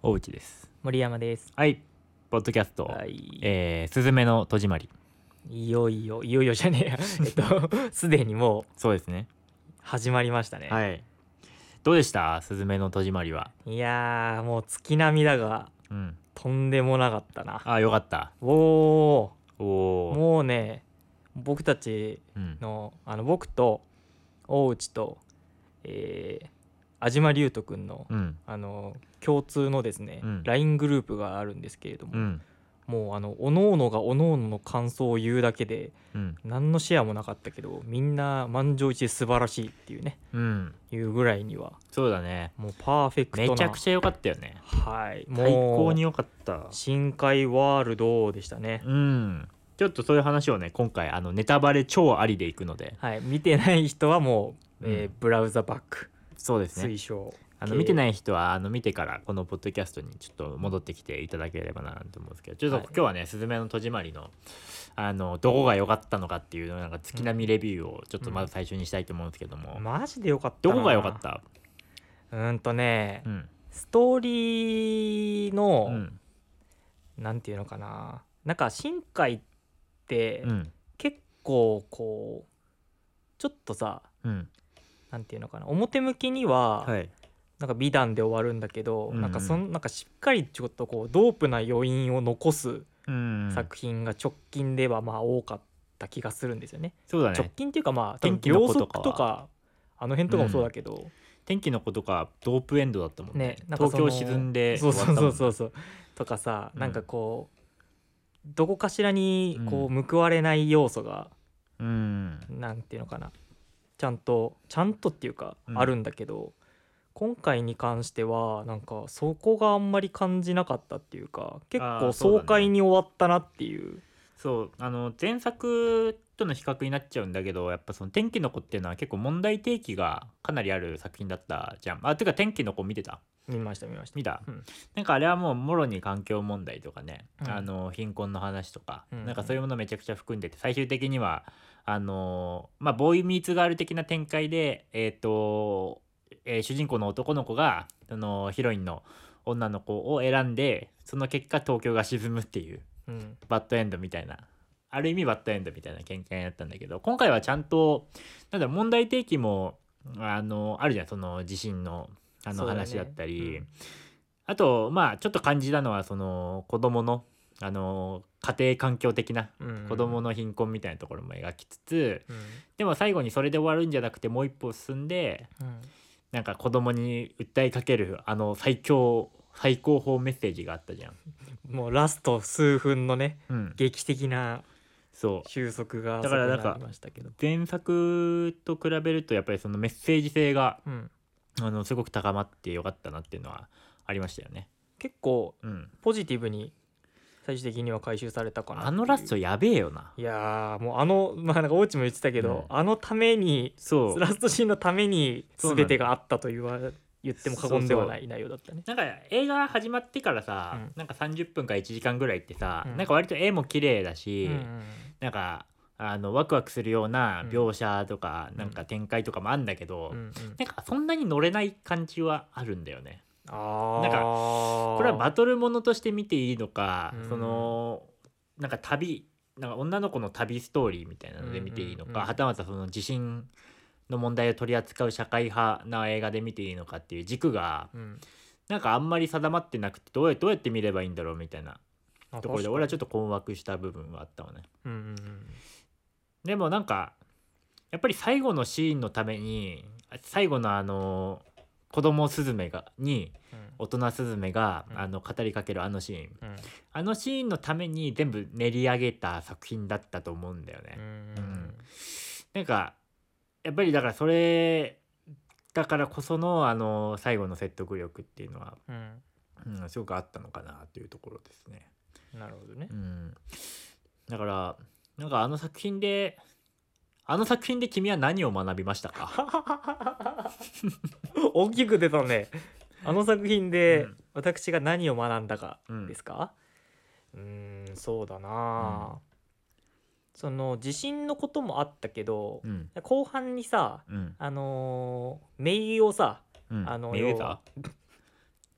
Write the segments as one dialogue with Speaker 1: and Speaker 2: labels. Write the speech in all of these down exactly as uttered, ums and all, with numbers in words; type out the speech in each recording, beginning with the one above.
Speaker 1: 大内です。
Speaker 2: 森山です。
Speaker 1: はい、ポッドキャスト、
Speaker 2: はい、
Speaker 1: えー、すずめの戸締まり。
Speaker 2: いよいよいよいよじゃねえやえっとすでにもう
Speaker 1: そうですね。
Speaker 2: 始まりましたね。
Speaker 1: はい。どうでした、すずめの戸締まりは。
Speaker 2: いやーもう月並みだが、
Speaker 1: うん。
Speaker 2: とんでもなかったな。
Speaker 1: あ、よかった。
Speaker 2: おー
Speaker 1: おー。
Speaker 2: もうね、僕たち
Speaker 1: うん
Speaker 2: の、あの僕と大内と、えー、安島龍斗くんの、
Speaker 1: うん
Speaker 2: あの共通のですね、
Speaker 1: うん
Speaker 2: ライン グループがあるんですけれども、
Speaker 1: うん
Speaker 2: もうあの各々が各々の感想を言うだけで
Speaker 1: うん
Speaker 2: 何のシェアもなかったけど、みんな満場一致で素晴らしいっていうね、
Speaker 1: うん
Speaker 2: いうぐらいには
Speaker 1: そうだね。
Speaker 2: もうパーフェクトな、
Speaker 1: めちゃくちゃ良かったよね。
Speaker 2: はいもう
Speaker 1: 最高に良かった。
Speaker 2: 深海ワールドでしたね。
Speaker 1: うんちょっとそういう話をね、今回あのネタバレ超ありでいくので。
Speaker 2: はい、見てない人はもう、えー
Speaker 1: うん
Speaker 2: ブラウザバック
Speaker 1: そうですね。
Speaker 2: 推奨。
Speaker 1: あの見てないい人はあの見てからこのポッドキャストにちょっと戻ってきていただければなと思うんですけど、ちょっと
Speaker 2: はい
Speaker 1: 今日はね、すずめの戸締まりのあのどこが良かったのかっていうなんか月並みレビューをちょっとまず最初にしたいと思うんですけども、
Speaker 2: マジでよかったな。
Speaker 1: どこが良かった？
Speaker 2: うーんとね、
Speaker 1: うん
Speaker 2: ストーリーの、
Speaker 1: うん
Speaker 2: なんていうのかな、なんか深海って
Speaker 1: うん
Speaker 2: 結構こうちょっとさ、
Speaker 1: うん
Speaker 2: なんていうのかな、表向きには、
Speaker 1: はい
Speaker 2: なんか美談で終わるんだけど、
Speaker 1: うんうん
Speaker 2: なんかそんなんかしっかりちょっとこうドープな余韻を残す
Speaker 1: うん
Speaker 2: 作品が直近ではまあ多かった気がするんですよね。直
Speaker 1: そうだね。
Speaker 2: 近っていうかまあ多分
Speaker 1: 天気の
Speaker 2: 秒
Speaker 1: 子とかは
Speaker 2: 速とかあの辺とかもそうだけど、
Speaker 1: 天気の子とかドープエンドだったもんね。
Speaker 2: ね、なんかその
Speaker 1: 東京沈んで
Speaker 2: そうそう
Speaker 1: 終わったもんね。
Speaker 2: そうそうそうとかさ、
Speaker 1: うん
Speaker 2: なんかこうどこかしらにこ
Speaker 1: う
Speaker 2: う報われない要素が、
Speaker 1: うん
Speaker 2: なんていうのかな、ちゃんとちゃんとっていうか
Speaker 1: うん
Speaker 2: あるんだけど、今回に関してはなんかそこがあんまり感じなかったっていうか、結
Speaker 1: あ
Speaker 2: 構
Speaker 1: ーそうだね
Speaker 2: 爽快に終わったなっていう。
Speaker 1: そうあの前作との比較になっちゃうんだけど、やっぱその天気の子っていうのは結構問題提起がかなりある作品だったじゃん。あてか天気の子見てた
Speaker 2: 見ました見ました
Speaker 1: 見た、
Speaker 2: うん
Speaker 1: なんかあれはもうもろに環境問題とかね、
Speaker 2: うん
Speaker 1: あの貧困の話とか、
Speaker 2: うん
Speaker 1: なんかそういうものめちゃくちゃ含んでて、最終的にはあのまあボーイミーツガール的な展開でえっ、と、えー主人公の男の子がそのヒロインの女の子を選んで、その結果東京が沈むっていう
Speaker 2: うん
Speaker 1: バッドエンドみたいな、ある意味バッドエンドみたいな見解だったんだけど、今回はちゃんとなんだ問題提起もあのあるじゃん。その地震のあの
Speaker 2: そうだね
Speaker 1: 話だったり、
Speaker 2: うん
Speaker 1: あとまあちょっと感じたのはその子供のあの家庭環境的な
Speaker 2: うん
Speaker 1: 子供の貧困みたいなところも描きつつ、
Speaker 2: うん
Speaker 1: でも最後にそれで終わるんじゃなくてもう一歩進んで、
Speaker 2: うん
Speaker 1: なんか子供に訴えかけるあの最強最高峰メッセージがあったじゃん。
Speaker 2: もうラスト数分のね
Speaker 1: うん、
Speaker 2: 劇的な
Speaker 1: そう
Speaker 2: 収束が
Speaker 1: だからなんか
Speaker 2: そこにありましたけど、
Speaker 1: 前作と比べるとやっぱりそのメッセージ性が
Speaker 2: うん、
Speaker 1: あのすごく高まってよかったなっていうのはありましたよね。
Speaker 2: 結構
Speaker 1: うん、
Speaker 2: ポジティブに最終的には回収されたかなっていう。
Speaker 1: あのラストやべえよな。
Speaker 2: いやーもうあのまあなんか大地も言ってたけど、
Speaker 1: うん
Speaker 2: あのために
Speaker 1: そう
Speaker 2: ラストシーンのために
Speaker 1: そうなんだ
Speaker 2: 全てがあったと言わ言っても過言ではない内容だったね。
Speaker 1: なんか映画始まってからさ、
Speaker 2: うん
Speaker 1: なんかさんじゅっぷんかいちじかんぐらいってさ、
Speaker 2: うん
Speaker 1: なんか割と絵も綺麗だし、
Speaker 2: うんうん
Speaker 1: なんかあのワクワクするような描写とか、
Speaker 2: ん
Speaker 1: なんか展開とかもあんだけど、
Speaker 2: うんうん、
Speaker 1: なんかそんなに乗れない感じはあるんだよね。
Speaker 2: あ
Speaker 1: なんか
Speaker 2: こ
Speaker 1: これはバトルものとして見ていいのか、
Speaker 2: うん
Speaker 1: そのなんか旅なんか女の子の旅ストーリーみたいなので見ていいのか、
Speaker 2: うんうんうん
Speaker 1: はたまたその地震の問題を取り扱う社会派な映画で見ていいのかっていう軸が
Speaker 2: うん
Speaker 1: なんかあんまり定まってなくて、どうやどうやって見ればいいんだろうみたいな
Speaker 2: あ
Speaker 1: ところで
Speaker 2: 確かに
Speaker 1: 俺はちょっと困惑した部分はあったわね。
Speaker 2: うんうん
Speaker 1: でもなんかやっぱり最後のシーンのために、最後のあの子供スズメがに
Speaker 2: うん
Speaker 1: 大人スズメが、
Speaker 2: うん
Speaker 1: あの語りかけるあのシーン、
Speaker 2: うん
Speaker 1: あのシーンのために全部練り上げた作品だったと思うんだよね。
Speaker 2: うん
Speaker 1: うんなんかやっぱりだからそれだからこそのあの最後の説得力っていうのは、
Speaker 2: うん
Speaker 1: うん、すごくあったのかなというところですね。
Speaker 2: なるほどね
Speaker 1: う。ん、だからなんかあの作品であの作品で君は何を学びましたか？
Speaker 2: 大きく出たね。あの作品で
Speaker 1: うん
Speaker 2: 私が何を学んだか
Speaker 1: うん
Speaker 2: ですか？うーんそうだな、
Speaker 1: うん
Speaker 2: その地震のこともあったけど、
Speaker 1: うん
Speaker 2: 後半にさ
Speaker 1: うん
Speaker 2: あのー、メイをさ、
Speaker 1: うん
Speaker 2: あの
Speaker 1: メイウェザ
Speaker 2: 要は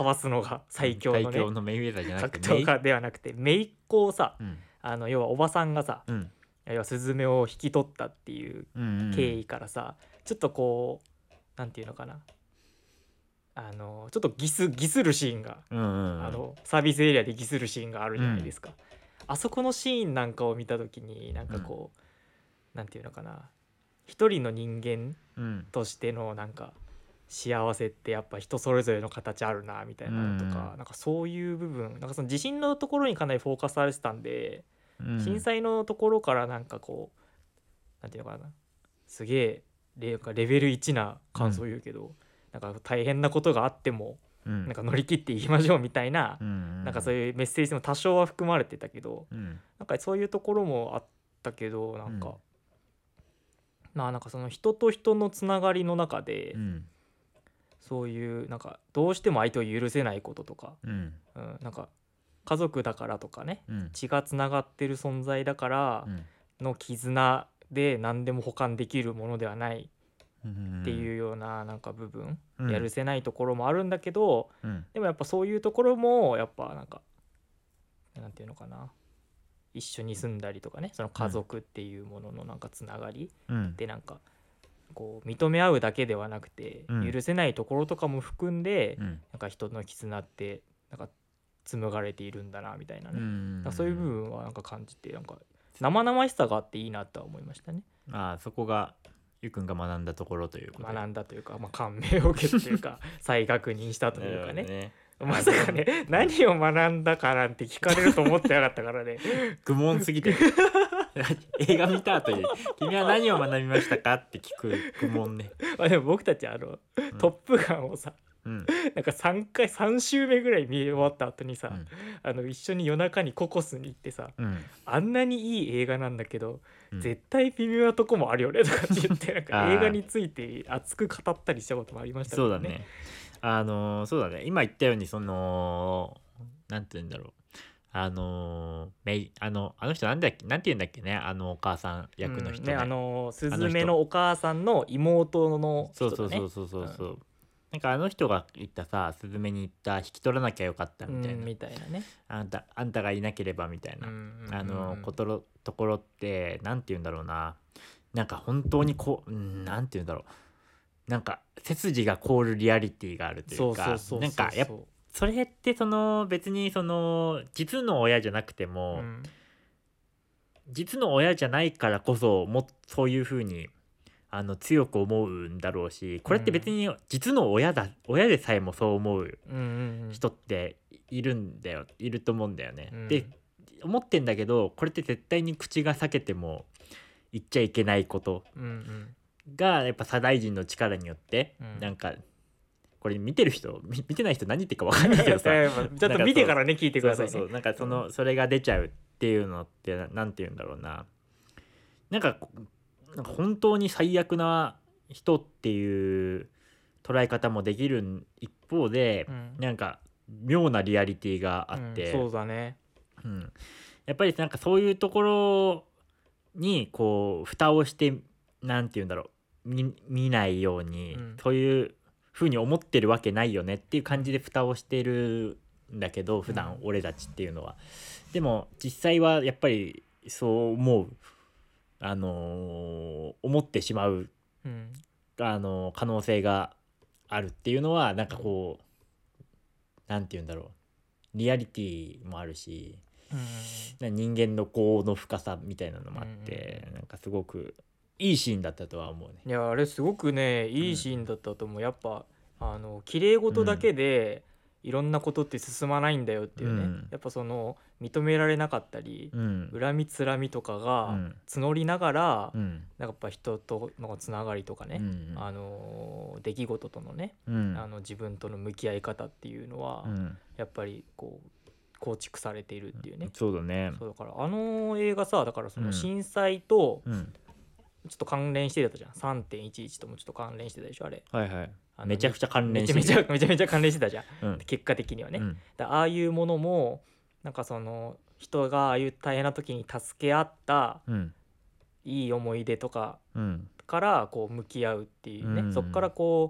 Speaker 2: かわすのが最強のね
Speaker 1: 最強のメイウェザーじゃなく
Speaker 2: 格
Speaker 1: てメイ
Speaker 2: 闘家ではなくて姪っ子をさ、
Speaker 1: うん
Speaker 2: あの要はおばさんがさ、
Speaker 1: うん
Speaker 2: 要はスズメを引き取ったっていう
Speaker 1: うんうん
Speaker 2: 経緯からさ、ちょっとこうなんていうのかな、あのちょっとギスギスるシーンが、
Speaker 1: うんうんうん
Speaker 2: あのサービスエリアでギスるシーンがあるじゃないですか、あそこのシーンなんかを見た時になんかこう、なんていうのかな、一人の人間
Speaker 1: うん
Speaker 2: としてのなんか幸せってやっぱ人それぞれの形あるなみたいなのとか、
Speaker 1: うん
Speaker 2: なんかそういう部分、なんかその地震のところにかなりフォーカスされてたんで、
Speaker 1: うん
Speaker 2: 震災のところからなんかこうなんていうのかな、すげえレレベルいちな感想を言うけど、なんか大変なことがあっても
Speaker 1: うん
Speaker 2: なんか乗り切っていきましょうみたいな、
Speaker 1: うん
Speaker 2: なんかそういうメッセージも多少は含まれてたけど、
Speaker 1: うん
Speaker 2: なんかそういうところもあったけど、なんか、
Speaker 1: うん
Speaker 2: まあなんかその人と人のつながりの中で、
Speaker 1: うん
Speaker 2: そういうなんかどうしても相手を許せないこととか、
Speaker 1: うん
Speaker 2: うん、なんか家族だからとかね、
Speaker 1: うん
Speaker 2: 血がつながってる存在だから
Speaker 1: うん
Speaker 2: の絆で何でも補完できるものではない
Speaker 1: うん
Speaker 2: っていうようななんか部分、
Speaker 1: うん
Speaker 2: やるせないところもあるんだけど、
Speaker 1: うん
Speaker 2: でもやっぱそういうところもやっぱなんかなんていうのかな、一緒に住んだりとかね、その家族っていうもののなんかつながり
Speaker 1: うん
Speaker 2: でなんかこう認め合うだけではなくて、
Speaker 1: うん
Speaker 2: 許せないところとかも含んで、
Speaker 1: うん
Speaker 2: なんか人の絆ってなんか紡がれているんだなみたいな
Speaker 1: う
Speaker 2: ね、
Speaker 1: ん
Speaker 2: なんかそういう部分はなんか感じて、なんか生々しさがあっていいなとは思いましたね。
Speaker 1: ああそこがゆうくんが学んだところということで
Speaker 2: 学んだというか、まあ、感銘を受けたというか再確認したというかね、
Speaker 1: なるほどね
Speaker 2: まさかね何を学んだかなんて聞かれると思ってなかったからね
Speaker 1: 愚問すぎて映画見た後に「君は何を学びましたか?」って聞く愚問ね
Speaker 2: まあでも僕たちあの「トップガン」をさ
Speaker 1: うん
Speaker 2: なんかさんかいさん週目ぐらい見終わった後にさ、
Speaker 1: うん
Speaker 2: あの一緒に夜中にココスに行ってさ、
Speaker 1: うん
Speaker 2: あんなにいい映画なんだけど、
Speaker 1: うん
Speaker 2: 絶対微妙なとこもあるよねとかって言ってなんか
Speaker 1: あー
Speaker 2: 映画について熱く語ったりしたこともありましたから
Speaker 1: そうだねあのーそうだね今言ったようにそのなんて言うんだろうあのーメイあのあの人なんだっけなんて言うんだっけねあのお母さん役の人
Speaker 2: うんね、あ
Speaker 1: の
Speaker 2: のスズメのお母さんの妹の
Speaker 1: そ
Speaker 2: 人だね。
Speaker 1: うそうそうそうそうそう、なんかあの人が言ったさスズメに言った引き取らなきゃよかったみたいな、
Speaker 2: うんみたいなね。
Speaker 1: あんたあんたがいなければみたいな、あのことろところってなんて言うんだろうな、なんか本当にこう、うん、なんて言うんだろう、なんか背筋が凍るリアリティがあるというか、なんかやっぱそれってその別にその実の親じゃなくても、
Speaker 2: うん、
Speaker 1: 実の親じゃないからこそもそういう風にあの強く思うんだろうし、これって別に実の親だ、親でさえもそう思う人っているんだよ、いると思うんだよね、
Speaker 2: うん、
Speaker 1: で思ってんだけど、これって絶対に口が裂けても言っちゃいけないことがやっぱ左大臣の力によって、うん、なんかこれ見てる人見てない人何言ってるか分かんないけどさ
Speaker 2: ちょっと見てからね聞いてくださいね。
Speaker 1: そうそうそう、なんかその、うん、それが出ちゃうっていうのってなんて言うんだろうな、なんかなんか本当に最悪な人っていう捉え方もできる一方で、うん、なんか妙なリアリティがあって、
Speaker 2: うん、そうだね、
Speaker 1: うん、やっぱりなんかそういうところにこう蓋をしてなんて言うんだろう 見, 見ないように、うん、そういう風に思ってるわけないよねっていう感じで蓋をしてるんだけど普段俺たちっていうのは、うん、でも実際はやっぱりそう思う、あのー、思ってしまう、うん、あのー、可能性があるっていうのはなんかこうなんて言うんだろう、リアリティもあるし、うん、人間の業の深さみたいなのもあって、うん、なんかすごくいいシーンだったとは思うね。
Speaker 2: いやあれすごくねいいシーンだったと思う、うん、やっぱあの綺麗事だけで、うん、いろんなことって進まないんだよっていうね、うん、やっぱその認められなかったり、うん、恨みつらみとかが募りながら、うん、なんかやっぱ人とのつながりとかね、うん、あの出来事とのね、うん、あの自分との向き合い方っていうのは、うん、やっぱりこう構築されているっていうね、
Speaker 1: うん、そうだね。
Speaker 2: そうだからあの映画さだからその震災と、うんうんちょっと関連してたじゃん さんてんいちいち ともちょっと関連してたでしょあれ。
Speaker 1: はいはい。めちゃくちゃ関連して
Speaker 2: めちゃめちゃめちゃめちゃ関連してたじゃん、うん、結果的にはね、うん、だああいうものもなんかその人がああいう大変な時に助け合った、うん、いい思い出とかからこう向き合うっていうね、うん、そこからこう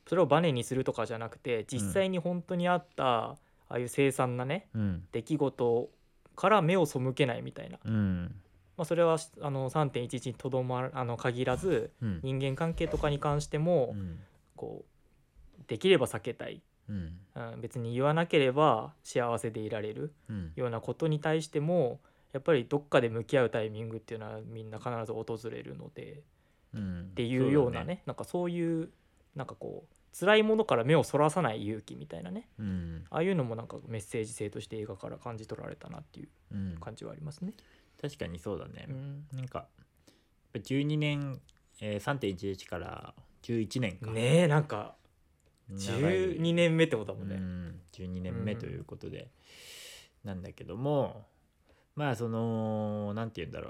Speaker 2: それをバネにするとかじゃなくて実際に本当にあったああいう凄惨なね、
Speaker 1: うん、
Speaker 2: 出来事から目を背けないみたいな、
Speaker 1: うん
Speaker 2: まあ、それはあの さんてんいちいち にとどまあの限らず、うん、人間関係とかに関しても、うん、こうできれば避けたい、うんうん、別に言わなければ幸せでいられるようなことに対してもやっぱりどっかで向き合うタイミングっていうのはみんな必ず訪れるので、うん、っていうような ね, ねなんかそういうなんかこう辛いものから目をそらさない勇気みたいなね、うん、ああいうのもなんかメッセージ性として映画から感じ取られたなっていう感じはありますね、
Speaker 1: うん、確かにそうだね、うん、なんかじゅうにねん、えー、さんてんいちいち からじゅういちねんか
Speaker 2: ねえなんかじゅうにねんめってことだもんね、うん、
Speaker 1: じゅうにねんめということで、うん、なんだけどもまあそのなんて言うんだろ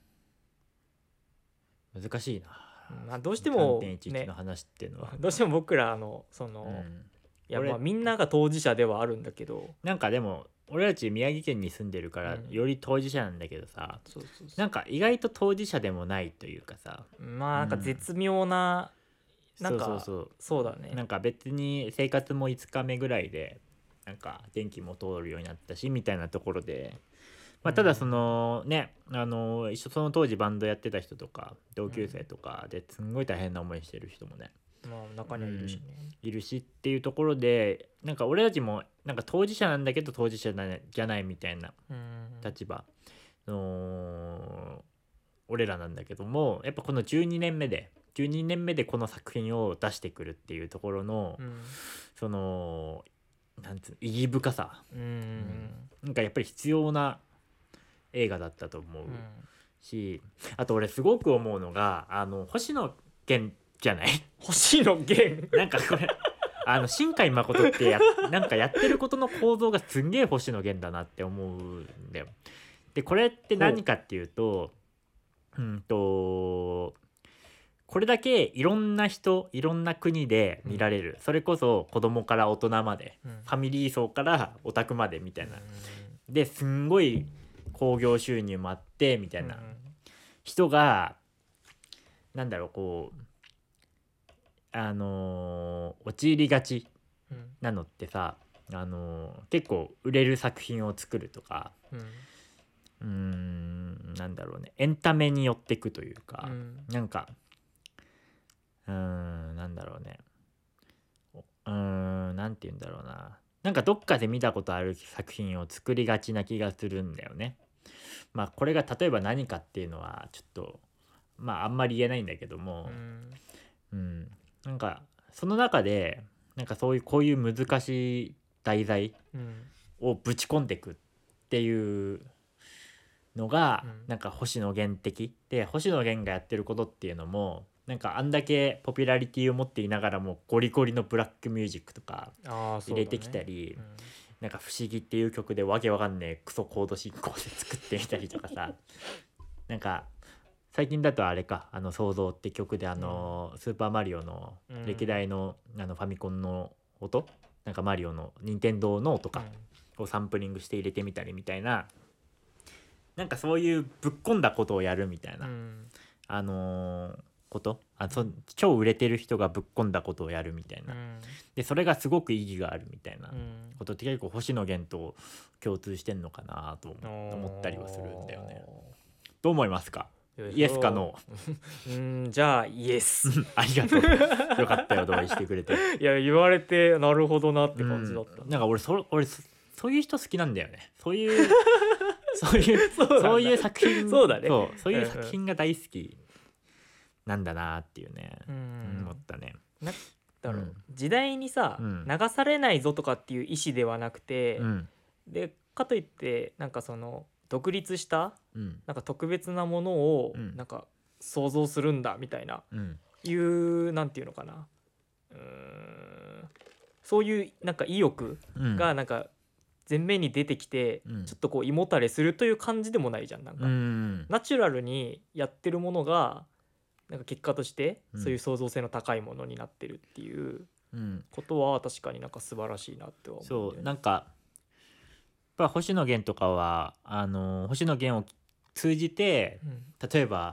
Speaker 1: う難しいな、
Speaker 2: まあ、どうしても、
Speaker 1: さんてんいちいち の話っていうのは、
Speaker 2: ね、どうしても僕らのその、うん、いやまあみんなが当事者ではあるんだけど
Speaker 1: なんかでも俺たち宮城県に住んでるからより当事者なんだけどさ、うん、そうそうそうなんか意外と当事者でもないというかさ
Speaker 2: まあなんか絶妙な、うん、なんかそうそうそうそうだね
Speaker 1: なんか別に生活もいつかめぐらいでなんか電気も通るようになったしみたいなところでまあ、ただそのね、あの一緒その当時バンドやってた人とか同級生とかですんごい大変な思いしてる人もね、
Speaker 2: まあ中にはいるしね、
Speaker 1: うん、いるしっていうところでなんか俺たちもなんか当事者なんだけど当事者じゃないみたいな立場の俺らなんだけどもやっぱこのじゅうにねんめでじゅうにねんめでこの作品を出してくるっていうところの、うん、そのなんつう意義深さ、うんうん、なんかやっぱり必要な映画だったと思うし、うん、あと俺すごく思うのがあの星野源じゃない
Speaker 2: 星野源
Speaker 1: なんかこれあの新海誠ってやなんかやってることの構造がすんげえ星野源だなって思うんだよ。でこれって何かっていうとうんとこれだけいろんな人いろんな国で見られる、うん、それこそ子供から大人まで、うん、ファミリー層からオタクまでみたいな、うん、ですんごい興行収入もあってみたいな人が、うん、なんだろうこうあのー、陥りがちなのってさ、うんあのー、結構売れる作品を作るとか、うん、うーんなんだろうねエンタメに寄ってくというか、うん、なんかうーんなんだろうねうーんなんて言うんだろうななんかどっかで見たことある作品を作りがちな気がするんだよね。まあこれが例えば何かっていうのはちょっとまああんまり言えないんだけども、うん、うん、なんかその中でなんかそういうこういう難しい題材をぶち込んでいくっていうのが、うん、なんか星野源的で星野源がやってることっていうのもなんかあんだけポピュラリティを持っていながらもゴリゴリのブラックミュージックとか入れてきたり、ねうん、なんか不思議っていう曲でわけわかんねえクソコード進行で作ってみたりとかさなんか最近だとあれかあの創造って曲であの、うん、スーパーマリオの歴代の、あのファミコンの音なんかマリオの任天堂の音かをサンプリングして入れてみたりみたいななんかそういうぶっ込んだことをやるみたいな、うん、あのー、ことあそ超売れてる人がぶっ込んだことをやるみたいな、うん、でそれがすごく意義があるみたいなことって結構星野源と共通してんのかなと思ったりはするんだよね。どう思いますか？イエスかノ
Speaker 2: ーうんじゃあイエス
Speaker 1: ありがとうよかったよ同意してくれて
Speaker 2: いや言われてなるほどなって感じだった、
Speaker 1: うん、なんか俺そ俺 そ, そういう人好きなんだよねそういうそういうそうそういう作品
Speaker 2: そうだね
Speaker 1: そうそういう作品が大好きなんだなっていうね、うん、思ったね。
Speaker 2: なんだろう、うん、時代にさ、うん、流されないぞとかっていう意思ではなくて、うん、でかといってなんかその独立した、うん、なんか特別なものをなんか想像するんだみたいな、うん、いうなんていうのかなうーんそういうなんか意欲がなんか前面に出てきて、うん、ちょっとこう胃もたれするという感じでもないじゃんなんか、うん、ナチュラルにやってるものがなんか結果としてそういう創造性の高いものになってるっていうことは確かになんか素晴らしいなって思う、ね、
Speaker 1: そうなんかやっぱ星野源とかはあの星野源を通じて、うん、例えば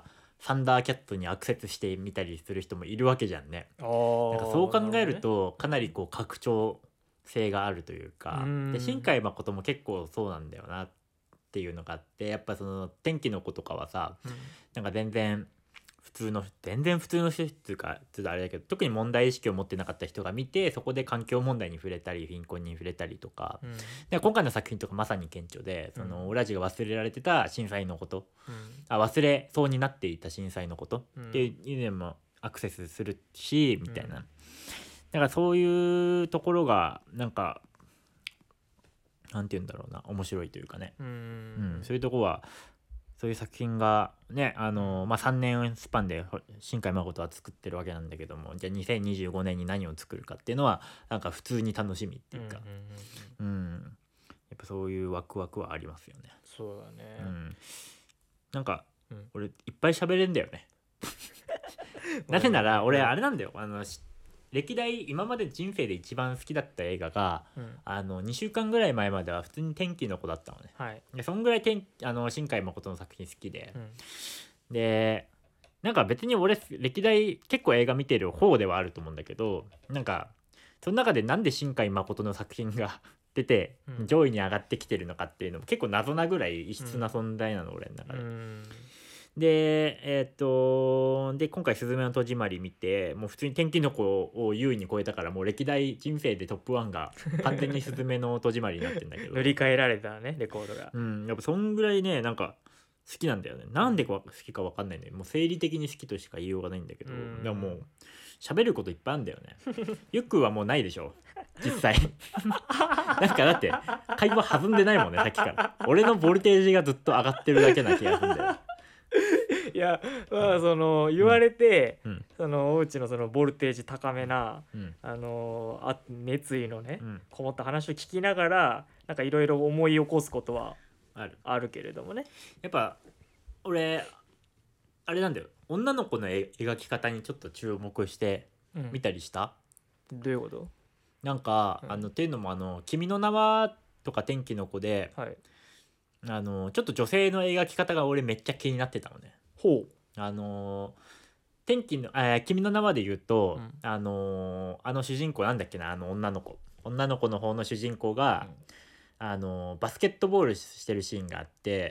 Speaker 1: サンダーキャットにアクセスしてみたりする人もいるわけじゃんね。
Speaker 2: あー
Speaker 1: なんかそう考える
Speaker 2: な
Speaker 1: とかなりこう拡張性があるというか、
Speaker 2: うん
Speaker 1: で新海誠も結構そうなんだよなっていうのがあって、やっぱその天気の子とかはさ、
Speaker 2: るほどね
Speaker 1: なんか全然普通の全然普通の人っていうかちょっとあれだけど、特に問題意識を持ってなかった人が見て、そこで環境問題に触れたり貧困に触れたりとか、
Speaker 2: うんうん
Speaker 1: で今回の作品とかまさに顕著で、そのオラジが忘れられてた震災のこと
Speaker 2: うん
Speaker 1: あ忘れそうになっていた震災のこと
Speaker 2: うん
Speaker 1: っていうのもアクセスするしみたいな、
Speaker 2: うん
Speaker 1: だからそういうところがなんかなんて言うんだろうな、面白いというかね、
Speaker 2: う
Speaker 1: うんん、そういうとこはそういう作品がね、あのまあ、さんねんスパンでほ新海誠は作ってるわけなんだけども、じゃあにせんにじゅうごねんに何を作るかっていうのはなんか普通に楽しみっていうか、
Speaker 2: うんうんうんうん
Speaker 1: うん、やっぱそういうワクワクはありますよね。
Speaker 2: そうだね、
Speaker 1: うん、なんか、
Speaker 2: うん
Speaker 1: 俺いっぱい喋れんだよね。なぜなら俺あれなんだよ、あのし歴代今まで人生で一番好きだった映画が
Speaker 2: うん
Speaker 1: あのにしゅうかんぐらい前までは普通に天気の子だったのね。
Speaker 2: はい、
Speaker 1: でそんぐらい天あの新海誠の作品好きで、
Speaker 2: うん
Speaker 1: でなんか別に俺歴代結構映画見てる方ではあると思うんだけど、なんかその中でなんで新海誠の作品が出て
Speaker 2: うん
Speaker 1: 上位に上がってきてるのかっていうのも結構謎なぐらい異質な存在なの、俺の中で。
Speaker 2: うん
Speaker 1: でえーっとで今回「すずめの戸締まり」見て、もう普通に天気の子を優位に超えたから、もう歴代人生でトップワンが完全にすずめの戸締まりになってんだけど
Speaker 2: 塗り替えられたねレコードが、
Speaker 1: うんやっぱそんぐらいねなんか好きなんだよね。なんでか好きか分かんないね。もう生理的に好きとしか言いようがないんだけど、
Speaker 2: うん
Speaker 1: でももう喋ることいっぱいあるんだよね。ゆっくんはもうないでしょ実際。なんかだって会話弾んでないもんねさっきから。俺のボルテージがずっと上がってるだけな気がするんだよ。
Speaker 2: いやまあその言われて、
Speaker 1: うん
Speaker 2: そのおうちのそのボルテージ高めな
Speaker 1: うん
Speaker 2: あのあ熱意のね、
Speaker 1: うん
Speaker 2: こもった話を聞きながらなんかいろいろ思い起こすことは
Speaker 1: ある。
Speaker 2: あるけれどもね。
Speaker 1: やっぱ俺あれなんだよ、女の子の絵描き方にちょっと注目して
Speaker 2: うん
Speaker 1: 見たりした、
Speaker 2: どういうこと？
Speaker 1: なんか、
Speaker 2: うん
Speaker 1: あのっていうのもあの「君の名は」とか「天気の子で」
Speaker 2: はい。
Speaker 1: あのちょっと女性の描き方が俺めっちゃ気になってたのね。
Speaker 2: ほ
Speaker 1: あの天気の、えー君の名はで言うと、
Speaker 2: うん
Speaker 1: あのあの主人公なんだっけな、あの女の子女の子の方の主人公が、あのバスケットボールしてるシーンがあって、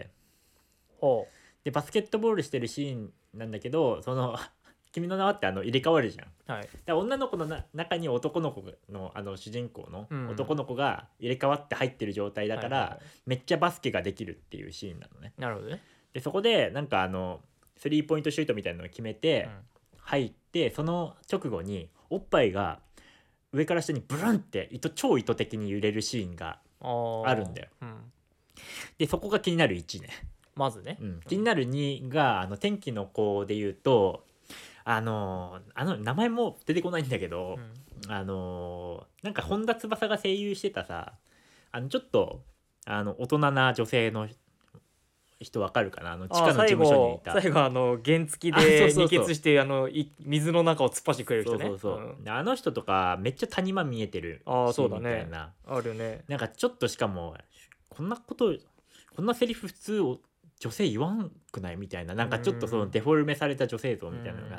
Speaker 2: うほ
Speaker 1: でバスケットボールしてるシーンなんだけど、その君の名はってあの入れ替わるじゃん。
Speaker 2: う。はい。
Speaker 1: だから女の子のな中に男の子のあの主人公の
Speaker 2: うん
Speaker 1: 男の子が入れ替わって入ってる状態だから、
Speaker 2: はいはいはい
Speaker 1: めっちゃバスケができるっていうシーンなのね。
Speaker 2: なるほどね。
Speaker 1: でそこでなんかあのスリーポイントシュートみたいなのを決めて入って、その直後におっぱいが上から下にブルンって糸超意図的に揺れるシーンが
Speaker 2: あ
Speaker 1: あるんだよ。
Speaker 2: うん、
Speaker 1: でそこが気になるいちね、
Speaker 2: まずね。
Speaker 1: うん、気になるにがあの天気の子で言うと、あのあの名前も出てこないんだけど、あのなんか本田翼が声優してたさ、あのちょっとあの大人な女性の人わかるかな、あの地下の事務所にいた。
Speaker 2: 最後最後あの原付
Speaker 1: あそう
Speaker 2: で
Speaker 1: そうそう
Speaker 2: 二血してあのい水の中を突っ走ってくれる人ね。
Speaker 1: そうそうそう、
Speaker 2: ん
Speaker 1: であの人とかめっちゃ谷間見えてる
Speaker 2: あー
Speaker 1: シーン
Speaker 2: そうだね
Speaker 1: みたいな、
Speaker 2: あるね。
Speaker 1: なんかちょっとしかもこんなことこんなセリフ普通を女性言わんくないみたいな、なんかちょっとそのデフォルメされた女性像みたいなのがあって、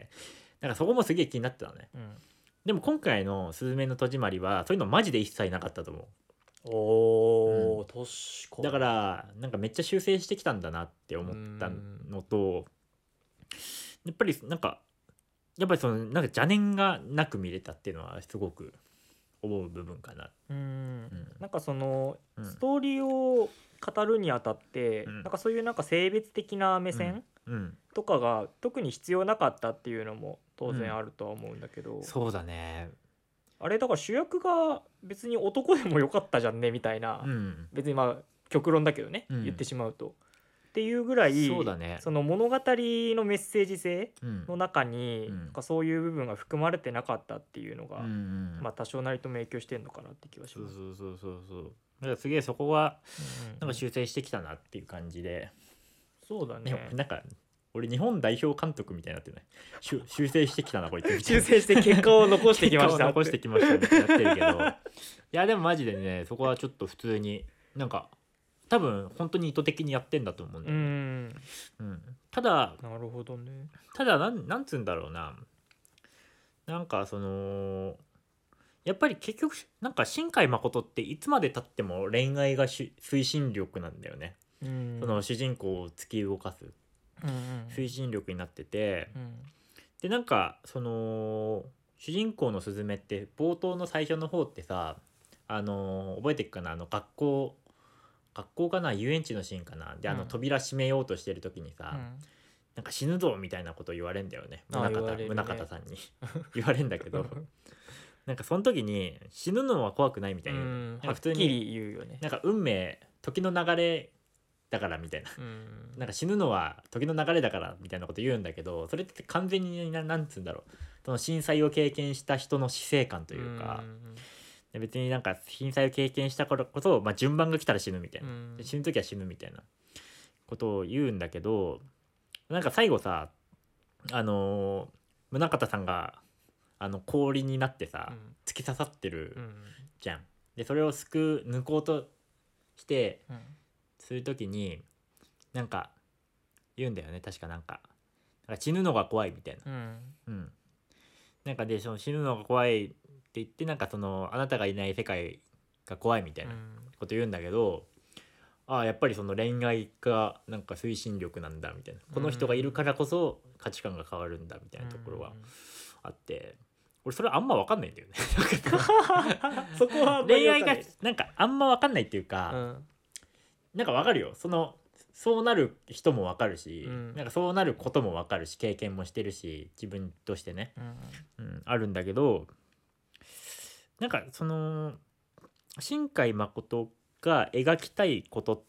Speaker 1: なんかそこもすげえ気になってたのね。
Speaker 2: うん、
Speaker 1: でも今回の「すずめの戸締まり」はそういうのマジで一切なかったと思う。
Speaker 2: おー、確かに。
Speaker 1: だからなんかめっちゃ修正してきたんだなって思ったのと、やっぱりなんかやっぱりそのなんか邪念がなく見れたっていうのはすごく思う部分かな。
Speaker 2: うん、
Speaker 1: うん
Speaker 2: なんかその
Speaker 1: うん
Speaker 2: ストーリーを語るにあたって、
Speaker 1: うん
Speaker 2: なんかそういうなんか性別的な目線
Speaker 1: うん、
Speaker 2: とかが特に必要なかったっていうのも当然あるとは思うんだけど、
Speaker 1: そうだね。
Speaker 2: あれだから主役が別に男でもよかったじゃんねみたいな、
Speaker 1: うん、
Speaker 2: 別にまあ極論だけどね、
Speaker 1: うん
Speaker 2: 言ってしまうとっていうぐらい
Speaker 1: そうだね。
Speaker 2: その物語のメッセージ性
Speaker 1: うん
Speaker 2: の中に、
Speaker 1: うん
Speaker 2: なんかそういう部分が含まれてなかったっていうのが、
Speaker 1: うんうん
Speaker 2: まあ多少なりとも影響してんのかなって気はし
Speaker 1: そう
Speaker 2: ます。
Speaker 1: そうそうそうそう。だからすげえそこは
Speaker 2: うんうん
Speaker 1: なんか修正してきたなっていう感じで、
Speaker 2: そうだ
Speaker 1: でも
Speaker 2: ね。
Speaker 1: なんか俺日本代表監督みたいになってない。修修正してきたなこいつみたい
Speaker 2: 修
Speaker 1: な。
Speaker 2: 正して結果を残してきました
Speaker 1: 結果を残してきましたみたいになってるけど、いやでもマジでねそこはちょっと普通になんか多分本当に意図的にやってんだと思うんだ
Speaker 2: う
Speaker 1: よね、
Speaker 2: ん
Speaker 1: うん、ただ
Speaker 2: なるほどね。
Speaker 1: ただなんなんつうんだろうな、なんかそのやっぱり結局なんか新海誠っていつまでたっても恋愛がし推進力なんだよね、
Speaker 2: うん
Speaker 1: その主人公を突き動かす
Speaker 2: うんうん
Speaker 1: 推進力になってて、
Speaker 2: うん
Speaker 1: でなんかその主人公のスズメって冒頭の最初の方ってさ、あのー覚えてるかな、あの学校学校かな、遊園地のシーンかなで、あの
Speaker 2: うん
Speaker 1: 扉閉めようとしてる時にさ、
Speaker 2: うん
Speaker 1: なんか死ぬぞみたいなこと言われんだよね、
Speaker 2: あ
Speaker 1: 宗像、
Speaker 2: 言われるね
Speaker 1: 宗像さんに言われんだけどなんかその時に死ぬのは怖くないみたいな、
Speaker 2: うん
Speaker 1: なんか
Speaker 2: はっ
Speaker 1: 普通に
Speaker 2: きり言うよね。
Speaker 1: なんか運命時の流れだからみたいな、
Speaker 2: うん
Speaker 1: なんか死ぬのは時の流れだからみたいなこと言うんだけど、それって完全にな、なんつうんだろう、その震災を経験した人の死生観というか、で別になんか震災を経験したからこそ、まあ、順番が来たら死ぬみたいな、
Speaker 2: うん
Speaker 1: で死ぬ時は死ぬみたいなことを言うんだけど、なんか最後さ、あのー宗像さんがあの氷になってさ、
Speaker 2: うん
Speaker 1: 突き刺さってる
Speaker 2: うん
Speaker 1: じゃん。でそれを救う抜こうとして
Speaker 2: うん
Speaker 1: する時になんか言うんだよね、確かなんかなんか死ぬのが怖いみたいな、
Speaker 2: うん
Speaker 1: うん、なんかでその死ぬのが怖いって言って、なんかそのあなたがいない世界が怖いみたいなこと言うんだけど、ああやっぱりその恋愛がなんか推進力なんだみたいな、この人がいるからこそ価値観が変わるんだみたいなところはあって、俺それあんま分かんないんだよね
Speaker 2: そこは
Speaker 1: 恋愛がなんかあんま分かんないっていうか、
Speaker 2: うん
Speaker 1: なんか分かるよ、そのそうなる人も分かるし、
Speaker 2: うん
Speaker 1: なんかそうなることも分かるし経験もしてるし自分としてね、
Speaker 2: うん
Speaker 1: うん、あるんだけど、なんかその新海誠が描きたいことって、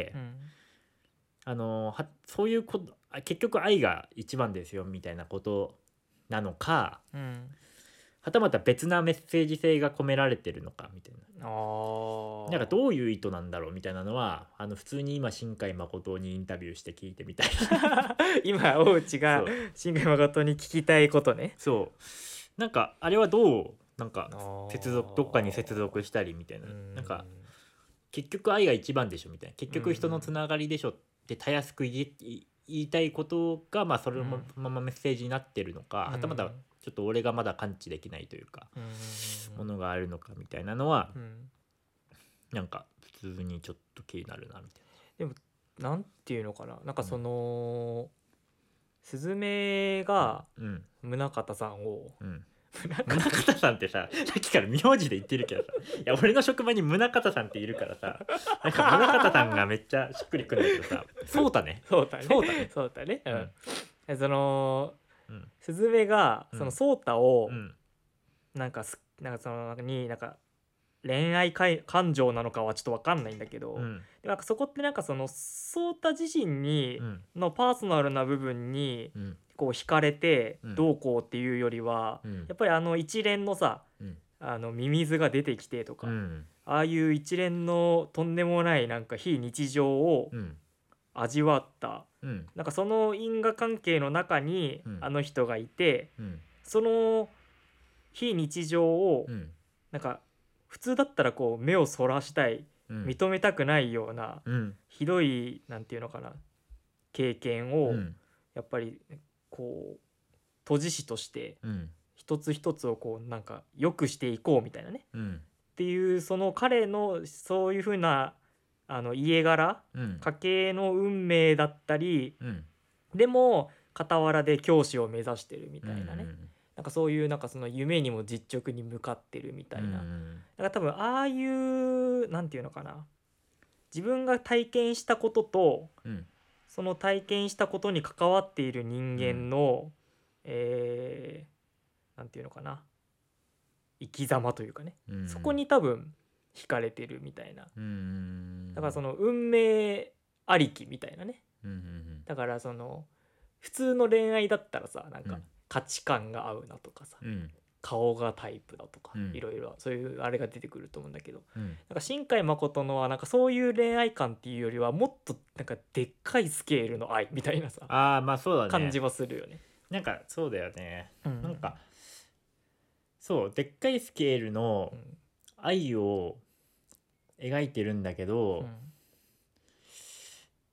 Speaker 2: うん
Speaker 1: あのはそういうことあ結局愛が一番ですよみたいなことなのか、
Speaker 2: うん
Speaker 1: はたまた別なメッセージ性が込められてるのかみたいな、
Speaker 2: あー
Speaker 1: なんかどういう意図なんだろうみたいなのはあの普通に今新海誠にインタビューして聞いてみたい
Speaker 2: 今大内が
Speaker 1: そう
Speaker 2: 新海誠に聞きたいことね。
Speaker 1: そうなんかあれはどうなんか
Speaker 2: あー
Speaker 1: 接続どっかに接続したりみたいな、
Speaker 2: うん
Speaker 1: なんか結局愛が一番でしょみたいな、結局人のつながりでしょってたやすく言い言いたいことがまあそれのままメッセージになってるのか、
Speaker 2: うん
Speaker 1: はたまたちょっと俺がまだ感知できないというか、
Speaker 2: うん
Speaker 1: ものがあるのかみたいなのは、
Speaker 2: うん
Speaker 1: なんか普通にちょっと気になるなみたい
Speaker 2: なんていうのかな、なんかその、スズメが
Speaker 1: な。うん
Speaker 2: 宗像さんを
Speaker 1: うん
Speaker 2: 宗
Speaker 1: 宗像さんってさ、さっきから名字で言ってるけどさ、いや俺の職場に宗像さんっているからさ、なんか宗像さんがめっちゃしっくりくるんだけどさ、そうだね
Speaker 2: そうだね
Speaker 1: そうだね
Speaker 2: そうだね、う
Speaker 1: うんん
Speaker 2: でその
Speaker 1: うん
Speaker 2: スズメが
Speaker 1: うん
Speaker 2: そのソータを
Speaker 1: うん
Speaker 2: なんかすなんかそのになんか恋愛かい感情なのかはちょっと分かんないんだけど、
Speaker 1: うん
Speaker 2: なんかそこってなんかそのソータ自身に
Speaker 1: うん
Speaker 2: のパーソナルな部分に
Speaker 1: うん
Speaker 2: こう惹かれて
Speaker 1: うん
Speaker 2: どうこうっていうよりは、
Speaker 1: うん
Speaker 2: やっぱりあの一連のさ
Speaker 1: うん
Speaker 2: あのミミズが出てきてとか、
Speaker 1: うん
Speaker 2: ああいう一連のとんでもないなんか非日常を
Speaker 1: うん
Speaker 2: 味わった
Speaker 1: うん
Speaker 2: なんかその因果関係の中に
Speaker 1: うん
Speaker 2: あの人がいて、
Speaker 1: うん
Speaker 2: その非日常を
Speaker 1: うん
Speaker 2: なんか普通だったらこう目をそらしたい
Speaker 1: うん
Speaker 2: 認めたくないような
Speaker 1: うん
Speaker 2: ひどいなんていうのかな経験を
Speaker 1: うん
Speaker 2: やっぱりこう閉じ師として
Speaker 1: うん
Speaker 2: 一つ一つをこうなんか良くしていこうみたいなね
Speaker 1: うん
Speaker 2: っていうその彼のそういう風なあの家柄
Speaker 1: うん
Speaker 2: 家系の運命だったり
Speaker 1: うん
Speaker 2: でも傍らで教師を目指してるみたいなね、
Speaker 1: うん
Speaker 2: なんかそういうなんかその夢にも実直に向かってるみたいな、
Speaker 1: うん
Speaker 2: だから多分ああいうなんていうのかな自分が体験したことと
Speaker 1: うん
Speaker 2: その体験したことに関わっている人間の、えーなんていうのかな生き様というかね、
Speaker 1: うん
Speaker 2: そこに多分惹かれてるみたいな
Speaker 1: うん
Speaker 2: だからその運命ありきみたいなね
Speaker 1: うんうん
Speaker 2: だからその普通の恋愛だったらさなんか
Speaker 1: うん
Speaker 2: 価値観が合うなとかさ、
Speaker 1: うん
Speaker 2: 顔がタイプだとか、
Speaker 1: うん
Speaker 2: いろいろそういうあれが出てくると思うんだけど
Speaker 1: うん
Speaker 2: なんか新海誠のはなんかそういう恋愛観っていうよりはもっとなんかでっかいスケールの愛みたいなさ
Speaker 1: ああまあそうだね
Speaker 2: 感じはするよね。
Speaker 1: なんかそうだよね、
Speaker 2: うん
Speaker 1: なんかそうでっかいスケールの
Speaker 2: うん
Speaker 1: 愛を描いてるんだけど、
Speaker 2: うん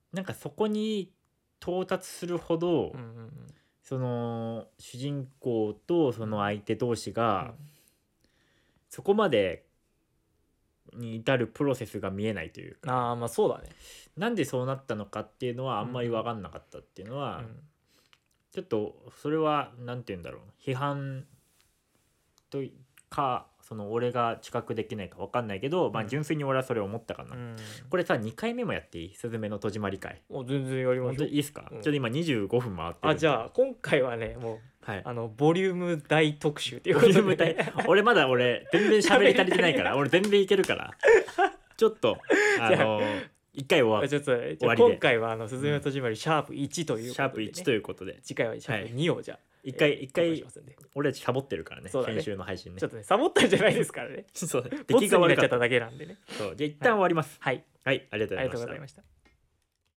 Speaker 1: なんかそこに到達するほど、
Speaker 2: うんうんうん
Speaker 1: その主人公とその相手同士が、
Speaker 2: うん
Speaker 1: そこまでに至るプロセスが見えないというか、
Speaker 2: ああまあそうだね。
Speaker 1: なんでそうなったのかっていうのはあんまり分かんなかったっていうのは、
Speaker 2: うん
Speaker 1: ちょっとそれはなんて言うんだろう、批判とかその俺が知覚できないか分かんないけど、まあ
Speaker 2: うん
Speaker 1: 純粋に俺はそれ思ったかな、
Speaker 2: うん
Speaker 1: これさにかいめもやっていい？すずめの戸締まり会。
Speaker 2: もう全然やりま
Speaker 1: 本
Speaker 2: しょう。
Speaker 1: 当にいいっすか？
Speaker 2: うん
Speaker 1: ちょっと今にじゅうごふん回ってるんで。
Speaker 2: あじゃあ今回はねもう
Speaker 1: はい
Speaker 2: あのボリューム大特集という
Speaker 1: ボ
Speaker 2: ことで
Speaker 1: リューム大俺まだ俺全然喋り足りてないから俺全然いけるからちょっとあの一回終わ
Speaker 2: ちょっとじゃあ
Speaker 1: 終わりで
Speaker 2: 今回はあのすずめの戸締まりシャープいちということで、ね、
Speaker 1: シャープいちということで
Speaker 2: 次回はシャープにをじゃあ、
Speaker 1: 一回一
Speaker 2: えー公開
Speaker 1: 回
Speaker 2: しますんで
Speaker 1: 俺サボってるからね
Speaker 2: そうだね
Speaker 1: 先週の配信ね
Speaker 2: ちょっとねサボったんじゃないですからね
Speaker 1: そう
Speaker 2: ボツになっちゃった
Speaker 1: 出来が悪かった
Speaker 2: だけなんでね。
Speaker 1: そうじゃあ一旦終わります
Speaker 2: はい
Speaker 1: はい、ありがとう
Speaker 2: ありがとうご
Speaker 1: ございました
Speaker 2: ざいました。